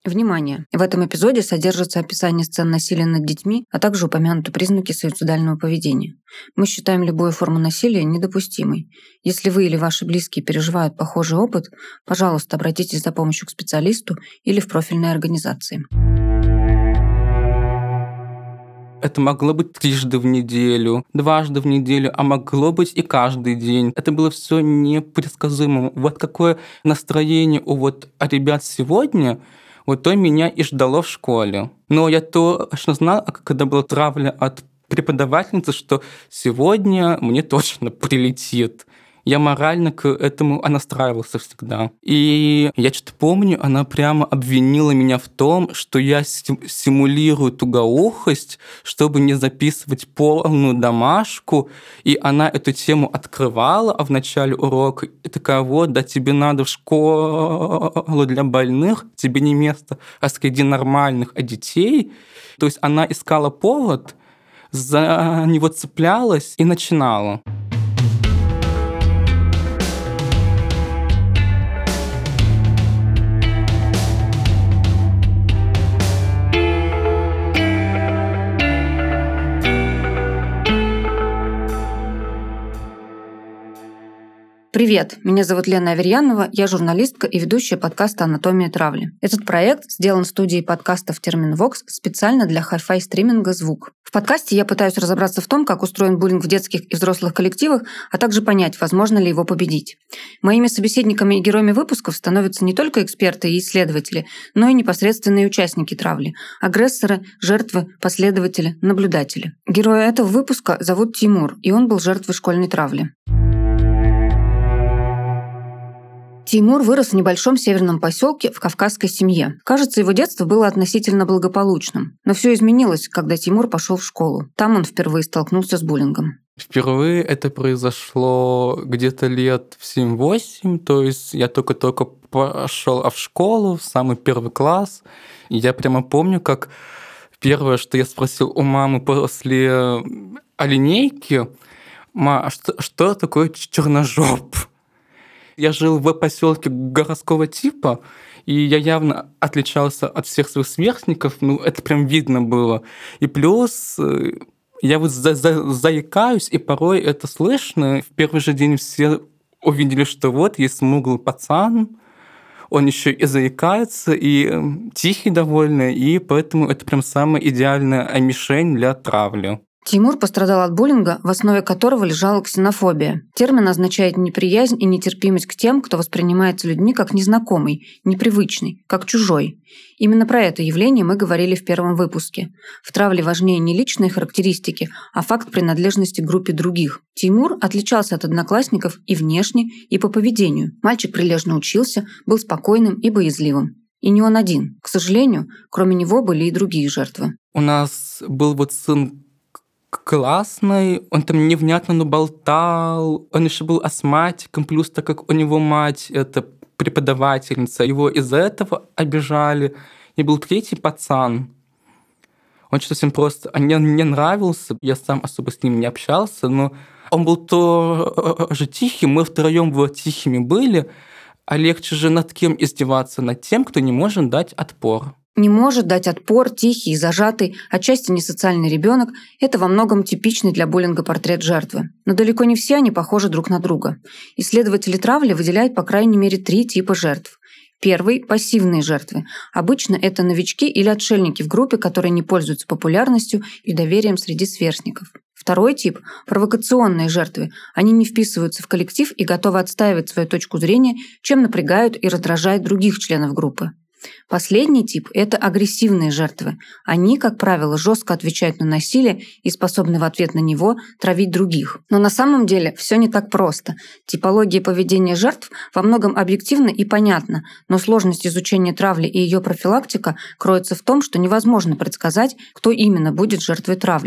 Внимание! В этом эпизоде содержится описание сцен насилия над детьми, а также упомянуты признаки суицидального поведения. Мы считаем любую форму насилия недопустимой. Если вы или ваши близкие переживают похожий опыт, пожалуйста, обратитесь за помощью к специалисту или в профильные организации. Это могло быть трижды в неделю, дважды в неделю, а могло быть и каждый день. Это было все непредсказуемо. Вот какое настроение у ребят сегодня, то меня и ждало в школе. Но я точно знал, когда была травля от преподавательницы, что сегодня мне точно прилетит. Я морально к этому настраивался всегда. И я что-то помню, она прямо обвинила меня в том, что я симулирую тугоухость, чтобы не записывать полную домашку. И она эту тему открывала в начале урока. И такая: да тебе надо в школу для больных, тебе не место, среди нормальных детей. То есть она искала повод, за него цеплялась и начинала. Привет, меня зовут Лена Аверьянова, я журналистка и ведущая подкаста «Анатомия травли». Этот проект сделан студией подкастов Терминвокс специально для хай-фай стриминга «Звук». В подкасте я пытаюсь разобраться в том, как устроен буллинг в детских и взрослых коллективах, а также понять, возможно ли его победить. Моими собеседниками и героями выпусков становятся не только эксперты и исследователи, но и непосредственные участники травли – агрессоры, жертвы, последователи, наблюдатели. Героя этого выпуска зовут Тимур, и он был жертвой школьной травли. Тимур вырос в небольшом северном поселке в кавказской семье. Кажется, его детство было относительно благополучным. Но все изменилось, когда Тимур пошел в школу. Там он впервые столкнулся с буллингом. Впервые это произошло где-то лет в 7-8, то есть я только-только пошел в школу, в самый первый класс. И я прямо помню, как первое, что я спросил у мамы после линейки: «Ма, что такое черножоп?» Я жил в поселке городского типа, и я явно отличался от всех своих сверстников, это прям видно было. И плюс я заикаюсь, и порой это слышно. В первый же день все увидели, что есть смуглый пацан, он еще и заикается, и тихий довольно, и поэтому это прям самая идеальная мишень для травли. Тимур пострадал от буллинга, в основе которого лежала ксенофобия. Термин означает неприязнь и нетерпимость к тем, кто воспринимается людьми как незнакомый, непривычный, как чужой. Именно про это явление мы говорили в первом выпуске. В травле важнее не личные характеристики, а факт принадлежности к группе других. Тимур отличался от одноклассников и внешне, и по поведению. Мальчик прилежно учился, был спокойным и боязливым. И не он один. К сожалению, кроме него были и другие жертвы. У нас был сын классный, он там невнятно болтал, он еще был астматиком, плюс так как у него мать это преподавательница, его из-за этого обижали. И был третий пацан, он что-то всем просто не нравился, я сам особо с ним не общался, но он был тоже тихий, мы втроем тихими были, а легче же над кем издеваться? Над тем, кто не может дать отпор. Не может дать отпор, тихий, зажатый, отчасти несоциальный ребенок – это во многом типичный для буллинга портрет жертвы. Но далеко не все они похожи друг на друга. Исследователи травли выделяют по крайней мере 3 типа жертв. Первый – пассивные жертвы. Обычно это новички или отшельники в группе, которые не пользуются популярностью и доверием среди сверстников. Второй тип – провокационные жертвы. Они не вписываются в коллектив и готовы отстаивать свою точку зрения, чем напрягают и раздражают других членов группы. Последний тип – это агрессивные жертвы. Они, как правило, жестко отвечают на насилие и способны в ответ на него травить других. Но на самом деле все не так просто. Типология поведения жертв во многом объективна и понятна, но сложность изучения травли и ее профилактика кроется в том, что невозможно предсказать, кто именно будет жертвой травли.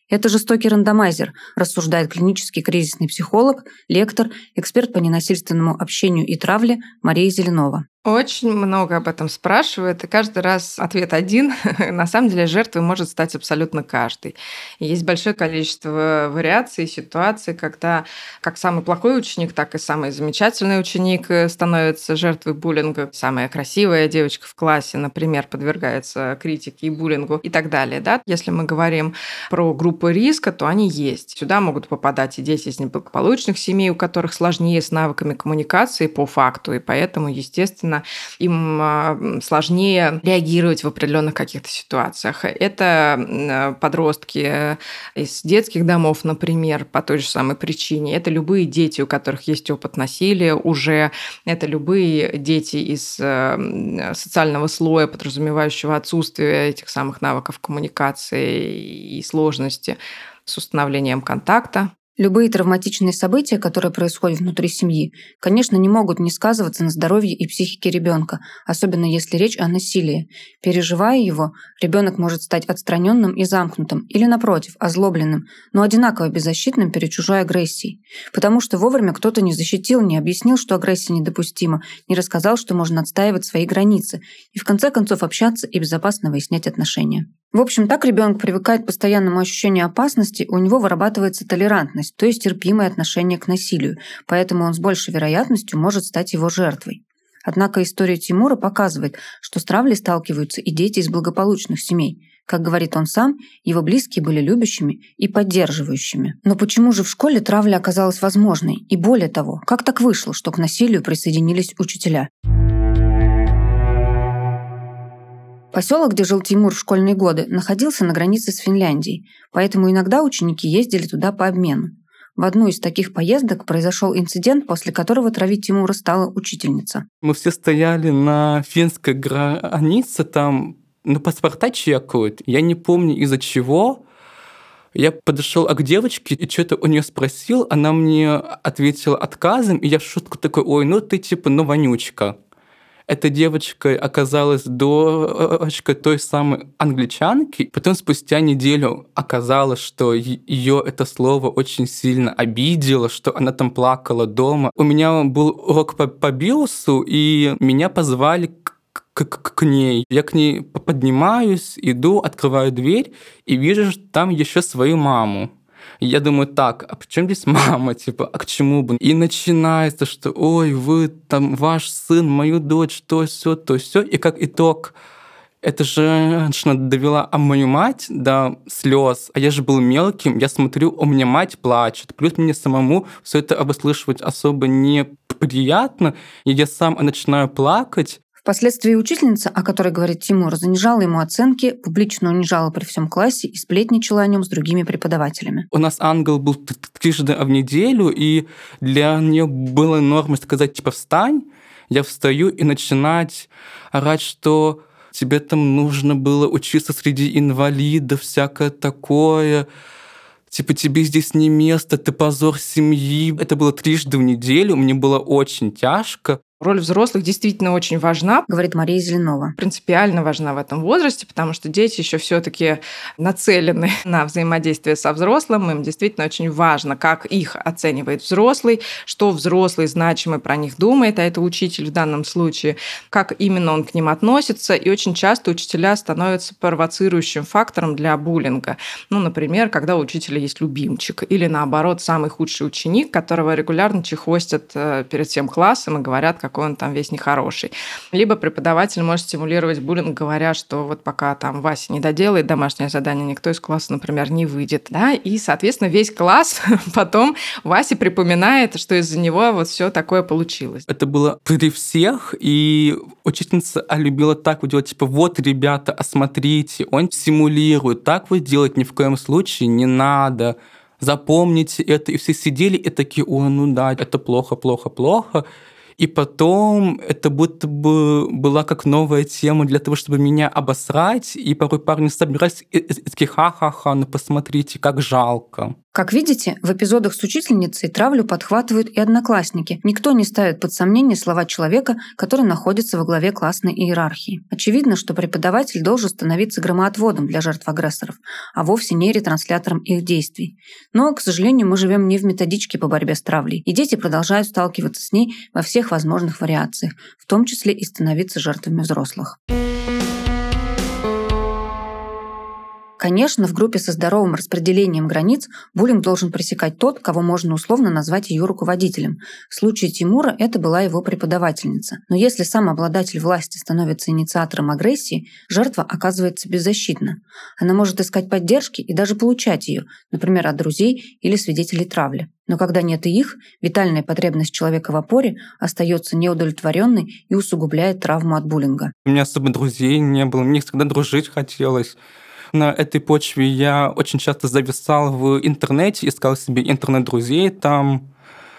Это жестокий рандомайзер, рассуждает клинический кризисный психолог, лектор, эксперт по ненасильственному общению и травле Мария Зеленова. Очень много об этом спрашивают, и каждый раз ответ один. На самом деле жертвой может стать абсолютно каждый. И есть большое количество вариаций, ситуаций, когда как самый плохой ученик, так и самый замечательный ученик становится жертвой буллинга. Самая красивая девочка в классе, например, подвергается критике и буллингу и так далее. Да? Если мы говорим про группы риска, то они есть. Сюда могут попадать и дети из неблагополучных семей, у которых сложнее с навыками коммуникации по факту, и поэтому, естественно, им сложнее реагировать в определенных каких-то ситуациях. Это подростки из детских домов, например, по той же самой причине. Это любые дети, у которых есть опыт насилия уже. Это любые дети из социального слоя, подразумевающего отсутствие этих самых навыков коммуникации и сложности с установлением контакта. Любые травматичные события, которые происходят внутри семьи, конечно, не могут не сказываться на здоровье и психике ребенка, особенно если речь о насилии. Переживая его, ребенок может стать отстраненным и замкнутым, или, напротив, озлобленным, но одинаково беззащитным перед чужой агрессией. Потому что вовремя кто-то не защитил, не объяснил, что агрессия недопустима, не рассказал, что можно отстаивать свои границы, и в конце концов общаться и безопасно выяснять отношения. В общем, так ребенок привыкает к постоянному ощущению опасности, у него вырабатывается толерантность, то есть терпимое отношение к насилию, поэтому он с большей вероятностью может стать его жертвой. Однако история Тимура показывает, что с травлей сталкиваются и дети из благополучных семей. Как говорит он сам, его близкие были любящими и поддерживающими. Но почему же в школе травля оказалась возможной? И более того, как так вышло, что к насилию присоединились учителя? Поселок, где жил Тимур в школьные годы, находился на границе с Финляндией, поэтому иногда ученики ездили туда по обмену. В одну из таких поездок произошел инцидент, после которого травить Тимура стала учительница. Мы все стояли на финской границе, там паспорта чекают. Я не помню из-за чего. Я подошел к девочке и что-то у нее спросил, она мне ответила отказом, и я в шутку такой: ой, ты вонючка. Эта девочка оказалась дочкой той самой англичанки. Потом спустя неделю оказалось, что ее это слово очень сильно обидело, что она там плакала дома. У меня был урок по биосу, и меня позвали к ней. Я к ней поднимаюсь, иду, открываю дверь и вижу там еще свою маму. И я думаю, так, а при чем здесь мама, а к чему бы? И начинается, что, ой, вы там, ваш сын, мою дочь, то все. И как итог, эта женщина довела мою мать до слез, а я же был мелким, я смотрю, у меня мать плачет, плюс мне самому все это обслышивать особо неприятно, и я сам начинаю плакать. Впоследствии учительница, о которой говорит Тимур, занижала ему оценки, публично унижала при всем классе и сплетничала о нем с другими преподавателями. У нас ангел был трижды в неделю, и для нее было нормой сказать, встань. Я встаю и начинать орать, что тебе там нужно было учиться среди инвалидов, всякое такое. Тебе здесь не место, ты позор семьи. Это было трижды в неделю, мне было очень тяжко. Роль взрослых действительно очень важна, говорит Мария Зеленова. Принципиально важна в этом возрасте, потому что дети еще все-таки нацелены на взаимодействие со взрослым. Им действительно очень важно, как их оценивает взрослый, что взрослый значимый про них думает, а это учитель в данном случае, как именно он к ним относится. И очень часто учителя становятся провоцирующим фактором для буллинга. Например, когда у учителя есть любимчик, или наоборот, самый худший ученик, которого регулярно чехвостят перед всем классом и говорят, какой он там весь нехороший. Либо преподаватель может стимулировать буллинг, говоря, что вот пока там Вася не доделает домашнее задание, никто из класса, например, не выйдет. Да? И, соответственно, весь класс потом Васе припоминает, что из-за него вот все такое получилось. Это было при всех, и учительница любила так вот делать, вот, ребята, осмотрите, он симулирует, так вот делать ни в коем случае не надо. Запомните это. И все сидели и такие, да, это плохо. И потом это будто бы была как новая тема для того, чтобы меня обосрать. И порой парни собирались и такие, ха-ха-ха, посмотрите, как жалко. Как видите, в эпизодах с учительницей травлю подхватывают и одноклассники. Никто не ставит под сомнение слова человека, который находится во главе классной иерархии. Очевидно, что преподаватель должен становиться громоотводом для жертв агрессоров, а вовсе не ретранслятором их действий. Но, к сожалению, мы живем не в методичке по борьбе с травлей, и дети продолжают сталкиваться с ней во всех возможных вариациях, в том числе и становиться жертвами взрослых. Конечно, в группе со здоровым распределением границ буллинг должен пресекать тот, кого можно условно назвать ее руководителем. В случае Тимура это была его преподавательница. Но если сам обладатель власти становится инициатором агрессии, жертва оказывается беззащитна. Она может искать поддержки и даже получать ее, например, от друзей или свидетелей травли. Но когда нет и их, витальная потребность человека в опоре остается неудовлетворенной и усугубляет травму от буллинга. У меня особо друзей не было, мне всегда дружить хотелось. На этой почве я очень часто зависал в интернете, искал себе интернет-друзей там.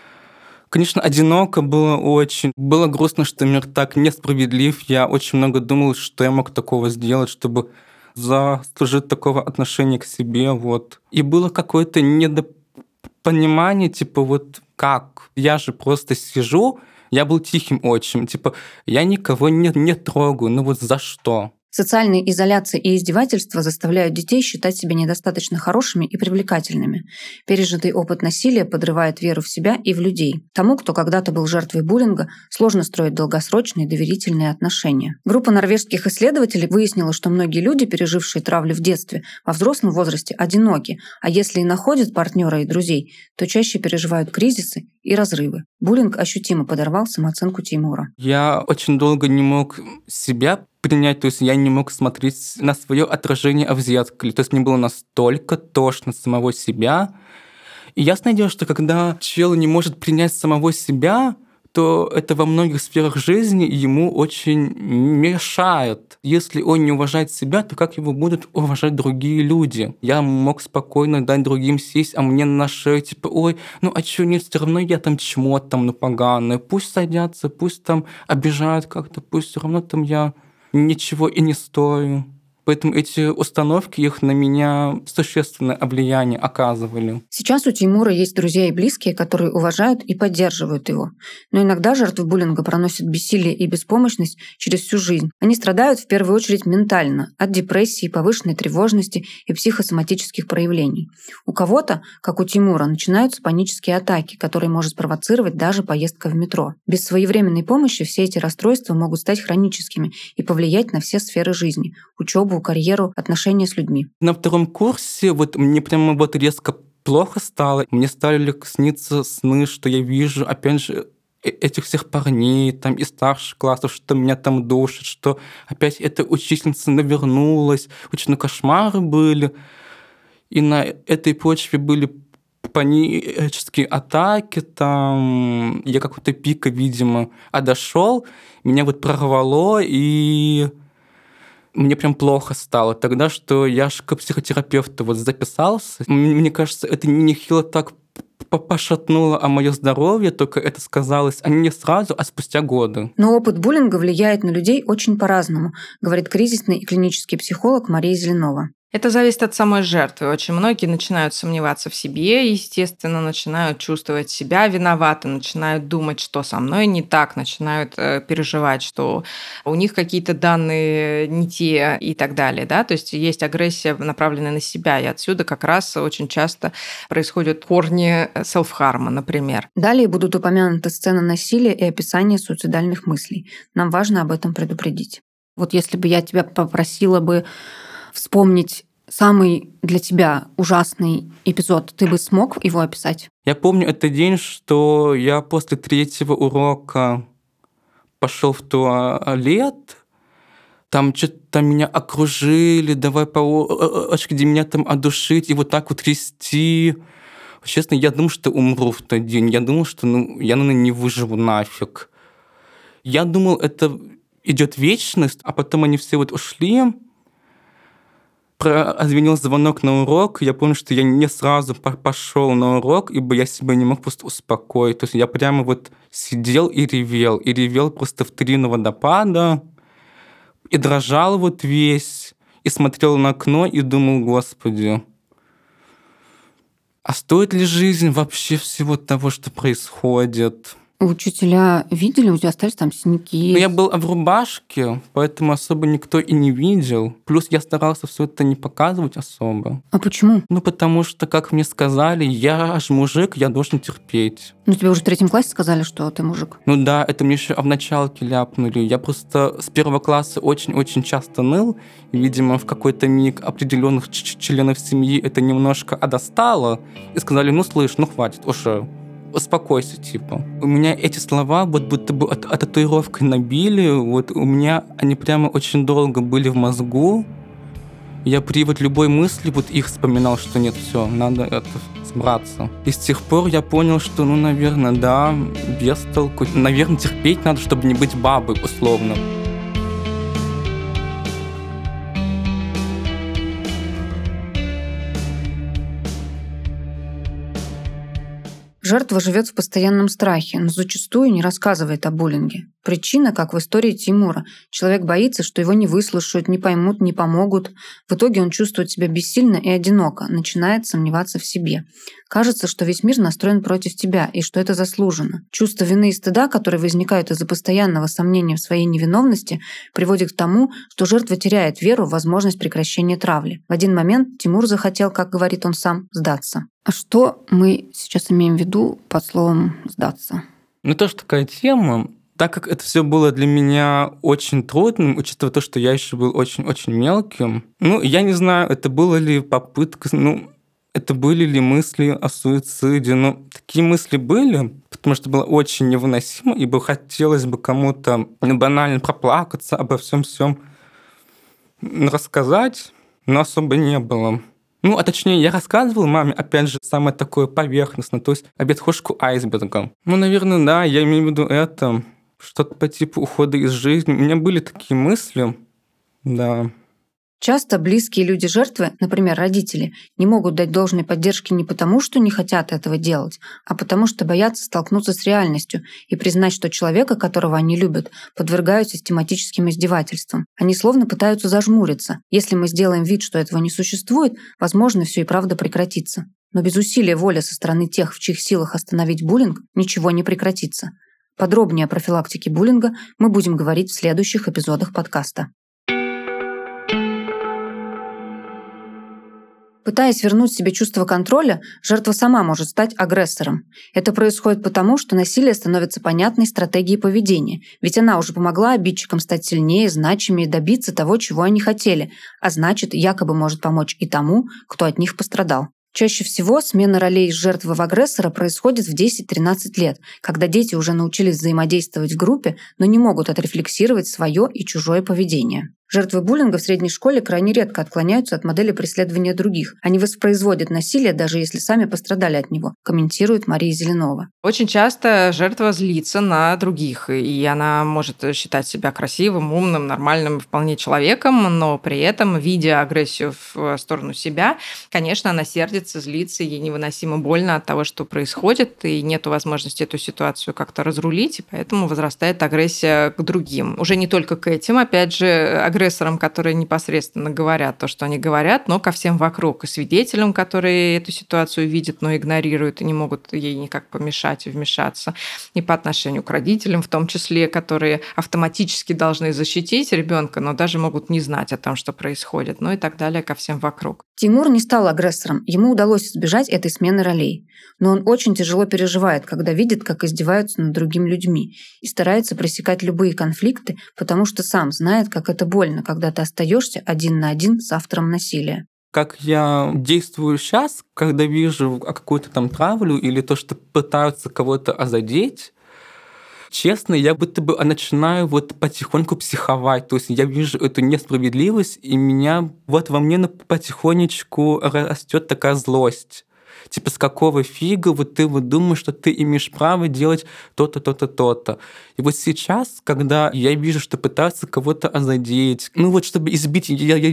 Конечно, одиноко было очень. Было грустно, что мир так несправедлив. Я очень много думал, что я мог такого сделать, чтобы заслужить такого отношения к себе. Вот. И было какое-то недопонимание, типа вот как? Я же просто сижу, я был тихим очень. Типа я никого не трогаю, ну вот за что? Социальная изоляция и издевательства заставляют детей считать себя недостаточно хорошими и привлекательными. Пережитый опыт насилия подрывает веру в себя и в людей. Тому, кто когда-то был жертвой буллинга, сложно строить долгосрочные доверительные отношения. Группа норвежских исследователей выяснила, что многие люди, пережившие травлю в детстве, во взрослом возрасте одиноки, а если и находят партнера и друзей, то чаще переживают кризисы и разрывы. Буллинг ощутимо подорвал самооценку Тимура. Я очень долго не мог себя принять, то есть я не мог смотреть на свое отражение в зеркале, то есть мне было настолько тошно самого себя. И ясное дело, что когда чел не может принять самого себя, то это во многих сферах жизни ему очень мешает. Если он не уважает себя, то как его будут уважать другие люди? Я мог спокойно дать другим сесть, а мне на шею, типа, ой, ну а чё, нет, все равно я там чмо там, ну поганое, пусть садятся, пусть там обижают как-то, пусть все равно там я ничего и не стою. Поэтому эти установки, их на меня существенное влияние оказывали. Сейчас у Тимура есть друзья и близкие, которые уважают и поддерживают его. Но иногда жертвы буллинга проносят бессилие и беспомощность через всю жизнь. Они страдают в первую очередь ментально, от депрессии, повышенной тревожности и психосоматических проявлений. У кого-то, как у Тимура, начинаются панические атаки, которые может спровоцировать даже поездка в метро. Без своевременной помощи все эти расстройства могут стать хроническими и повлиять на все сферы жизни – учебу, карьеру, отношения с людьми. На втором курсе вот мне прямо вот резко плохо стало. Мне стали сниться сны, что я вижу, опять же, этих всех парней там из старших классов, что меня там душат, что опять эта учительница навернулась. Очень кошмары были. И на этой почве были панические атаки, там я какого-то пика, видимо, дошел, меня вот прорвало, и мне прям плохо стало тогда, что я аж к психотерапевту вот записался. Мне кажется, это нехило так пошатнуло мое здоровье, только это сказалось не сразу, а спустя годы. Но опыт буллинга влияет на людей очень по-разному, говорит кризисный и клинический психолог Мария Зеленова. Это зависит от самой жертвы. Очень многие начинают сомневаться в себе, естественно, начинают чувствовать себя виноваты, начинают думать, что со мной не так, начинают переживать, что у них какие-то данные не те и так далее. Да? То есть есть агрессия, направленная на себя, и отсюда как раз очень часто происходят корни селф-харма, например. Далее будут упомянуты сцены насилия и описание суицидальных мыслей. Нам важно об этом предупредить. Вот если бы я тебя попросила бы вспомнить самый для тебя ужасный эпизод, ты бы смог его описать? Я помню этот день, что я после 3-го урока пошел в туалет, там что-то меня окружили, давай по очереди где меня там одушить и вот так вот трясти. Честно, я думал, что умру в тот день. Я думал, что я, наверное, не выживу нафиг. Я думал, это идет вечность, а потом они все вот ушли. Прозвенел звонок на урок. Я помню, что я не сразу пошел на урок, ибо я себя не мог просто успокоить. То есть я прямо вот сидел и ревел просто в 3 водопада, и дрожал вот весь, и смотрел на окно, и думал, Господи, А стоит ли жизнь вообще всего того, что происходит? Учителя видели, у тебя остались там синяки? Ну, я был в рубашке, поэтому особо никто и не видел. Плюс я старался все это не показывать особо. А почему? Ну, потому что, как мне сказали, я ж мужик, я должен терпеть. Ну, тебе уже в 3 классе сказали, что ты мужик. Ну да, это мне еще в началке ляпнули. Я просто с 1 класса очень-очень часто ныл. И, видимо, в какой-то миг определенных членов семьи это немножко достало. И сказали, ну, слышь, ну, хватит уже. Успокойся, типа. У меня эти слова вот будто бы от татуировкой набили. Вот у меня они прямо очень долго были в мозгу. Я при вот любой мысли вот их вспоминал, что нет, все, надо это собраться. И с тех пор я понял, что, ну, наверное, да, без толку. Наверное, терпеть надо, чтобы не быть бабой, условно. Жертва живет в постоянном страхе, но зачастую не рассказывает о буллинге. Причина, как в истории Тимура. Человек боится, что его не выслушают, не поймут, не помогут. В итоге он чувствует себя бессильно и одиноко, начинает сомневаться в себе. Кажется, что весь мир настроен против тебя и что это заслуженно. Чувство вины и стыда, которые возникают из-за постоянного сомнения в своей невиновности, приводит к тому, что жертва теряет веру в возможность прекращения травли. В один момент Тимур захотел, как говорит он сам, сдаться. А что мы сейчас имеем в виду под словом «сдаться»? Ну, тоже такая тема. Так как это все было для меня очень трудным, учитывая то, что я еще был очень-очень мелким, ну, я не знаю, это была ли попытка, ну, это были ли мысли о суициде, но такие мысли были, потому что было очень невыносимо, ибо хотелось бы кому-то банально проплакаться, обо всем рассказать, но особо не было. Ну, а точнее, я рассказывал маме, опять же, самое такое поверхностное, то есть о верхушку айсберга. Ну, наверное, да, я имею в виду это, что-то по типу ухода из жизни. У меня были такие мысли, да. Часто близкие люди жертвы, например, родители, не могут дать должной поддержки не потому, что не хотят этого делать, а потому что боятся столкнуться с реальностью и признать, что человека, которого они любят, подвергают систематическим издевательствам. Они словно пытаются зажмуриться. Если мы сделаем вид, что этого не существует, возможно, все и правда прекратится. Но без усилия воли со стороны тех, в чьих силах остановить буллинг, ничего не прекратится. Подробнее о профилактике буллинга мы будем говорить в следующих эпизодах подкаста. Пытаясь вернуть себе чувство контроля, жертва сама может стать агрессором. Это происходит потому, что насилие становится понятной стратегией поведения, ведь она уже помогла обидчикам стать сильнее, значимее, добиться того, чего они хотели, а значит, якобы может помочь и тому, кто от них пострадал. Чаще всего смена ролей из жертвы в агрессора происходит в 10-13 лет, когда дети уже научились взаимодействовать в группе, но не могут отрефлексировать свое и чужое поведение. Жертвы буллинга в средней школе крайне редко отклоняются от модели преследования других. Они воспроизводят насилие, даже если сами пострадали от него, комментирует Мария Зеленова. Очень часто жертва злится на других, и она может считать себя красивым, умным, нормальным, вполне человеком, но при этом, видя агрессию в сторону себя, конечно, она сердится, злится, ей невыносимо больно от того, что происходит, и нет возможности эту ситуацию как-то разрулить, и поэтому возрастает агрессия к другим. Уже не только к этим, опять же, агрессорам, которые непосредственно говорят то, что они говорят, но ко всем вокруг, и свидетелям, которые эту ситуацию видят, но игнорируют и не могут ей никак помешать и вмешаться, и по отношению к родителям, в том числе, которые автоматически должны защитить ребенка, но даже могут не знать о том, что происходит, ну и так далее ко всем вокруг. Тимур не стал агрессором, ему удалось избежать этой смены ролей. Но он очень тяжело переживает, когда видит, как издеваются над другими людьми, и старается пресекать любые конфликты, потому что сам знает, как это больно, когда ты остаешься один на один с автором насилия. Как я действую сейчас, когда вижу какую-то там травлю или то, что пытаются кого-то озадеть, честно, я будто бы начинаю вот потихоньку психовать. То есть я вижу эту несправедливость, и меня вот во мне потихонечку растет такая злость. Типа, с какого фига вот ты вот думаешь, что ты имеешь право делать то-то, то-то, то-то. И вот сейчас, когда я вижу, что пытаются кого-то озадеть, ну вот чтобы избить,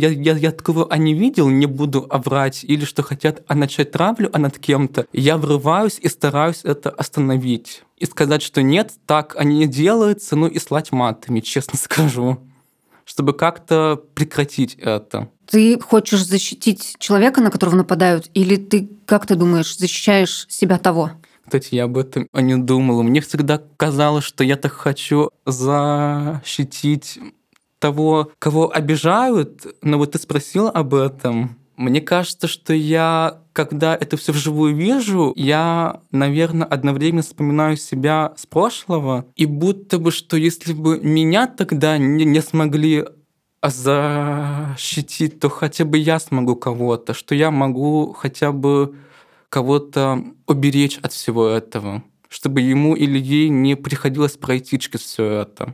я такого не видел, не буду врать, или что хотят начать травлю над кем-то, я врываюсь и стараюсь это остановить. И сказать, что нет, так они не делаются, ну и слать матами, честно скажу. чтобы как-то прекратить это. Ты хочешь защитить человека, на которого нападают, или ты, как ты думаешь, защищаешь себя того? Кстати, я об этом и не думала. Мне всегда казалось, что я так хочу защитить того, кого обижают, но вот ты спросил об этом. Мне кажется, что я, когда это все вживую вижу, я, наверное, одновременно вспоминаю себя с прошлого, и будто бы, что если бы меня тогда не смогли защитить, то хотя бы я смогу кого-то, что я могу хотя бы кого-то уберечь от всего этого, чтобы ему или ей не приходилось пройти через все это.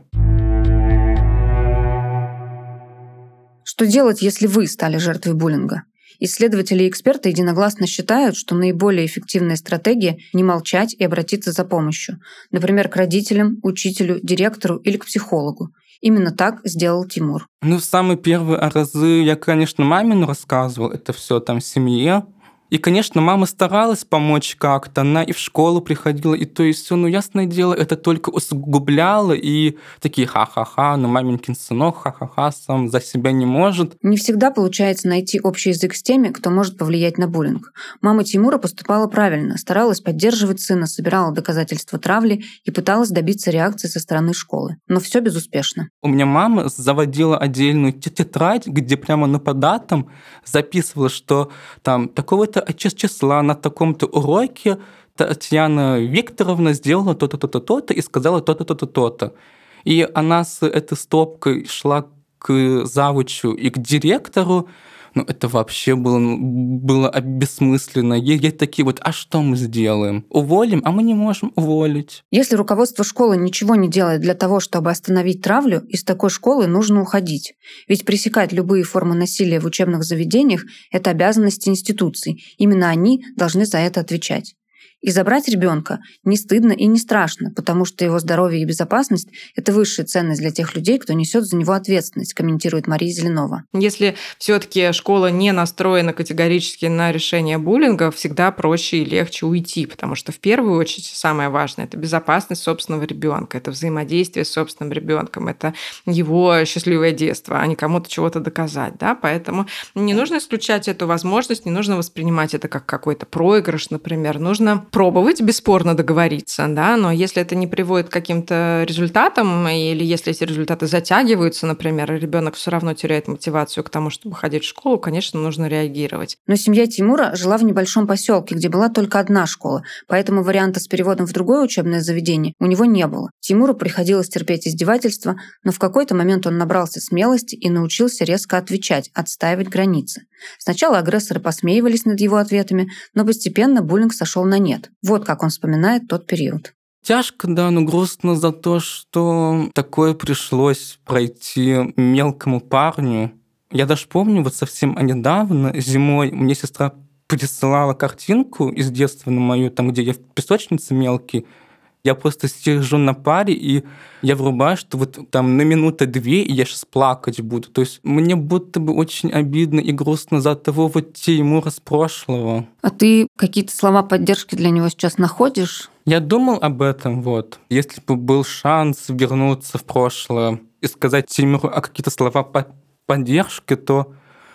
Что делать, если вы стали жертвой буллинга? Исследователи и эксперты единогласно считают, что наиболее эффективная стратегия – не молчать и обратиться за помощью. Например, к родителям, учителю, директору или к психологу. Именно так сделал Тимур. В самые первые разы я, конечно, маме рассказывал это все там в семье. И, конечно, мама старалась помочь как-то, она и в школу приходила, и то и все, но, ясное дело, это только усугубляло, и такие ха-ха-ха, маменькин сынок, ха-ха-ха, сам за себя не может. Не всегда получается найти общий язык с теми, кто может повлиять на буллинг. Мама Тимура поступала правильно, старалась поддерживать сына, собирала доказательства травли и пыталась добиться реакции со стороны школы. Но все безуспешно. У меня мама заводила отдельную тетрадь, где прямо на податом записывала, что там такого-то числа на таком-то уроке Татьяна Викторовна сделала то-то, то-то, то-то и сказала то-то, то-то, то-то. И она с этой стопкой шла к завучу и к директору. Это вообще было бессмысленно. Есть такие а что мы сделаем? Уволим? А мы не можем уволить. Если руководство школы ничего не делает для того, чтобы остановить травлю, из такой школы нужно уходить. Ведь пресекать любые формы насилия в учебных заведениях – это обязанность институций. Именно они должны за это отвечать. И забрать ребенка не стыдно и не страшно, потому что его здоровье и безопасность – это высшая ценность для тех людей, кто несет за него ответственность, комментирует Мария Зеленова. Если все-таки школа не настроена категорически на решение буллинга, всегда проще и легче уйти, потому что в первую очередь самое важное – это безопасность собственного ребенка, это взаимодействие с собственным ребенком, это его счастливое детство, а не кому-то чего-то доказать. Да? Поэтому не нужно исключать эту возможность, не нужно воспринимать это как какой-то проигрыш, например. Нужно пробовать бесспорно договориться, да, но если это не приводит к каким-то результатам, или если эти результаты затягиваются, например, и ребенок все равно теряет мотивацию к тому, чтобы ходить в школу, конечно, нужно реагировать. Но семья Тимура жила в небольшом поселке, где была только одна школа, поэтому варианта с переводом в другое учебное заведение у него не было. Тимуру приходилось терпеть издевательства, но в какой-то момент он набрался смелости и научился резко отвечать, отстаивать границы. Сначала агрессоры посмеивались над его ответами, но постепенно буллинг сошел на нет. Вот как он вспоминает тот период. Тяжко, да, но грустно за то, что такое пришлось пройти мелкому парню. Я даже помню, совсем недавно, зимой, мне сестра присылала картинку из детства на мою, там, где я в песочнице мелкий. Я просто сижу на паре, и я врубаю, что там на минуты-две, и я сейчас плакать буду. То есть мне будто бы очень обидно и грустно за того Тимура с прошлого. А ты какие-то слова поддержки для него сейчас находишь? Я думал об этом, Если бы был шанс вернуться в прошлое и сказать Тимуру какие-то слова поддержки, то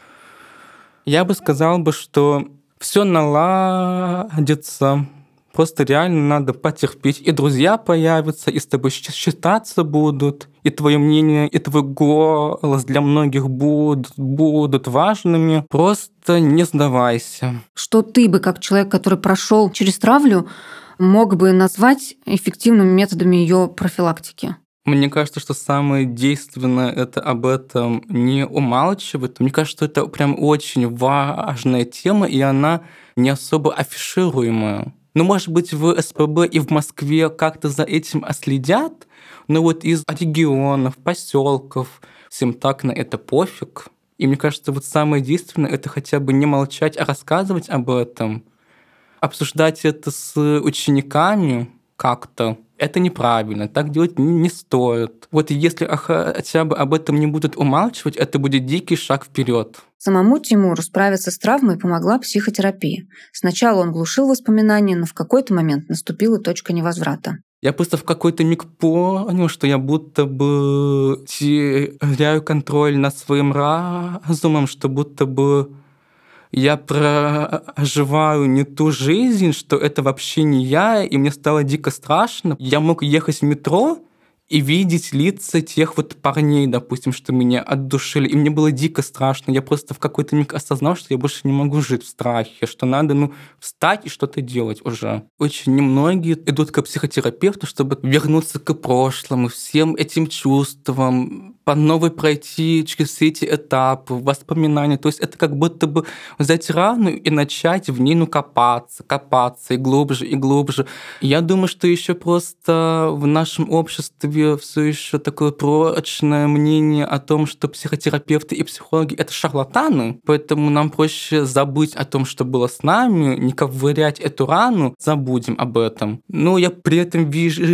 я бы сказал, что все наладится. Просто реально надо потерпеть. И друзья появятся, и с тобой считаться будут, и твое мнение, и твой голос для многих будут важными. Просто не сдавайся. Что ты бы, как человек, который прошел через травлю, мог бы назвать эффективными методами ее профилактики? Мне кажется, что самое действенное – это об этом не умалчивать. Мне кажется, что это прям очень важная тема, и она не особо афишируемая. Может быть, в СПБ и в Москве как-то за этим следят, но из регионов, поселков всем так на это пофиг. И мне кажется, самое действенное – это хотя бы не молчать, а рассказывать об этом. Обсуждать это с учениками как-то. Это неправильно, так делать не стоит. Если хотя бы об этом не будут умалчивать, это будет дикий шаг вперед. Самому Тимуру справиться с травмой помогла психотерапия. Сначала он глушил воспоминания, но в какой-то момент наступила точка невозврата. Я просто в какой-то миг понял, что я будто бы теряю контроль над своим разумом, что будто бы я проживаю не ту жизнь, что это вообще не я, и мне стало дико страшно. Я мог ехать в метро и видеть лица тех вот парней, допустим, что меня отдушили. И мне было дико страшно. Я просто в какой-то миг осознал, что я больше не могу жить в страхе, что надо, встать и что-то делать уже. Очень немногие идут к психотерапевту, чтобы вернуться к прошлому, всем этим чувствам, по новой пройти через все эти этапы, воспоминания. То есть это как будто бы взять рану и начать в ней, копаться и глубже, и глубже. Я думаю, что еще просто в нашем обществе все еще такое прочное мнение о том, что психотерапевты и психологи — это шарлатаны, поэтому нам проще забыть о том, что было с нами, не ковырять эту рану, забудем об этом. Но я при этом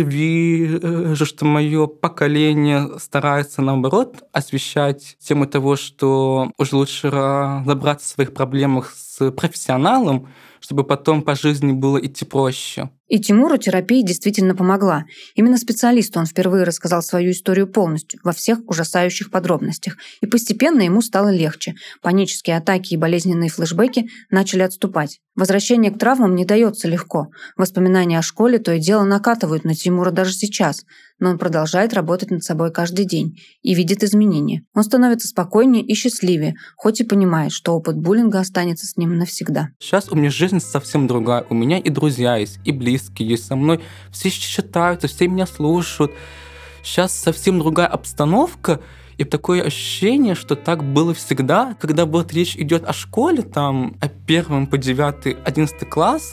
вижу, что мое поколение старается, наоборот, освещать тему того, что уже лучше разобраться в своих проблемах с профессионалом, чтобы потом по жизни было идти проще. И Тимуру терапия действительно помогла. Именно специалисту он впервые рассказал свою историю полностью, во всех ужасающих подробностях. И постепенно ему стало легче. Панические атаки и болезненные флешбеки начали отступать. Возвращение к травмам не дается легко. Воспоминания о школе то и дело накатывают на Тимура даже сейчас. Но он продолжает работать над собой каждый день и видит изменения. Он становится спокойнее и счастливее, хоть и понимает, что опыт буллинга останется с ним навсегда. Сейчас у меня жизнь совсем другая. У меня и друзья есть, и близкие есть со мной. Все считаются, все меня слушают. Сейчас совсем другая обстановка. И такое ощущение, что так было всегда, когда вот речь идет о школе, там, о 1 по 9, 11 класс,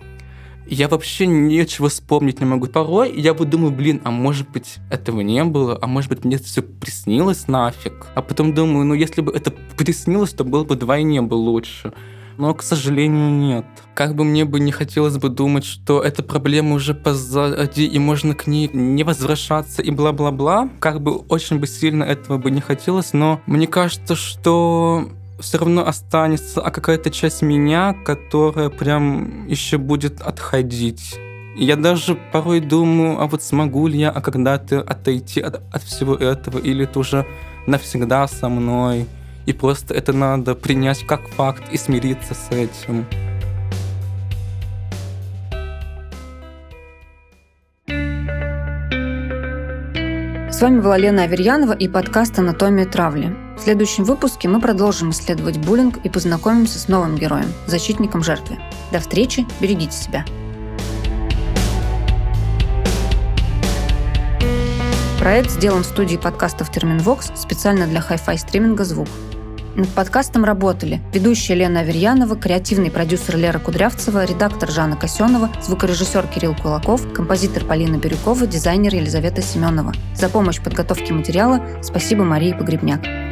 я вообще ничего вспомнить не могу. Порой я бы думаю, а может быть этого не было, а может быть мне это все приснилось нафиг. А потом думаю, если бы это приснилось, то было бы вдвойне бы лучше. Но, к сожалению, нет. Как бы мне бы не хотелось бы думать, что эта проблема уже позади, и можно к ней не возвращаться и бла-бла-бла, как бы очень бы сильно этого бы не хотелось, но мне кажется, что все равно останется какая-то часть меня, которая прям еще будет отходить. И я даже порой думаю, а вот смогу ли я когда-то отойти от всего этого, или это уже навсегда со мной. И просто это надо принять как факт и смириться с этим. С вами была Лена Аверьянова и подкаст «Анатомия травли». В следующем выпуске мы продолжим исследовать буллинг и познакомимся с новым героем, защитником жертвы. До встречи, берегите себя. Проект сделан в студии подкастов «Терминвокс» специально для хай-фай стриминга «Звук». Над подкастом работали ведущая Лена Аверьянова, креативный продюсер Лера Кудрявцева, редактор Жанна Касенова, звукорежиссер Кирилл Кулаков, композитор Полина Бирюкова, дизайнер Елизавета Семенова. За помощь в подготовке материала спасибо Марии Погребняк.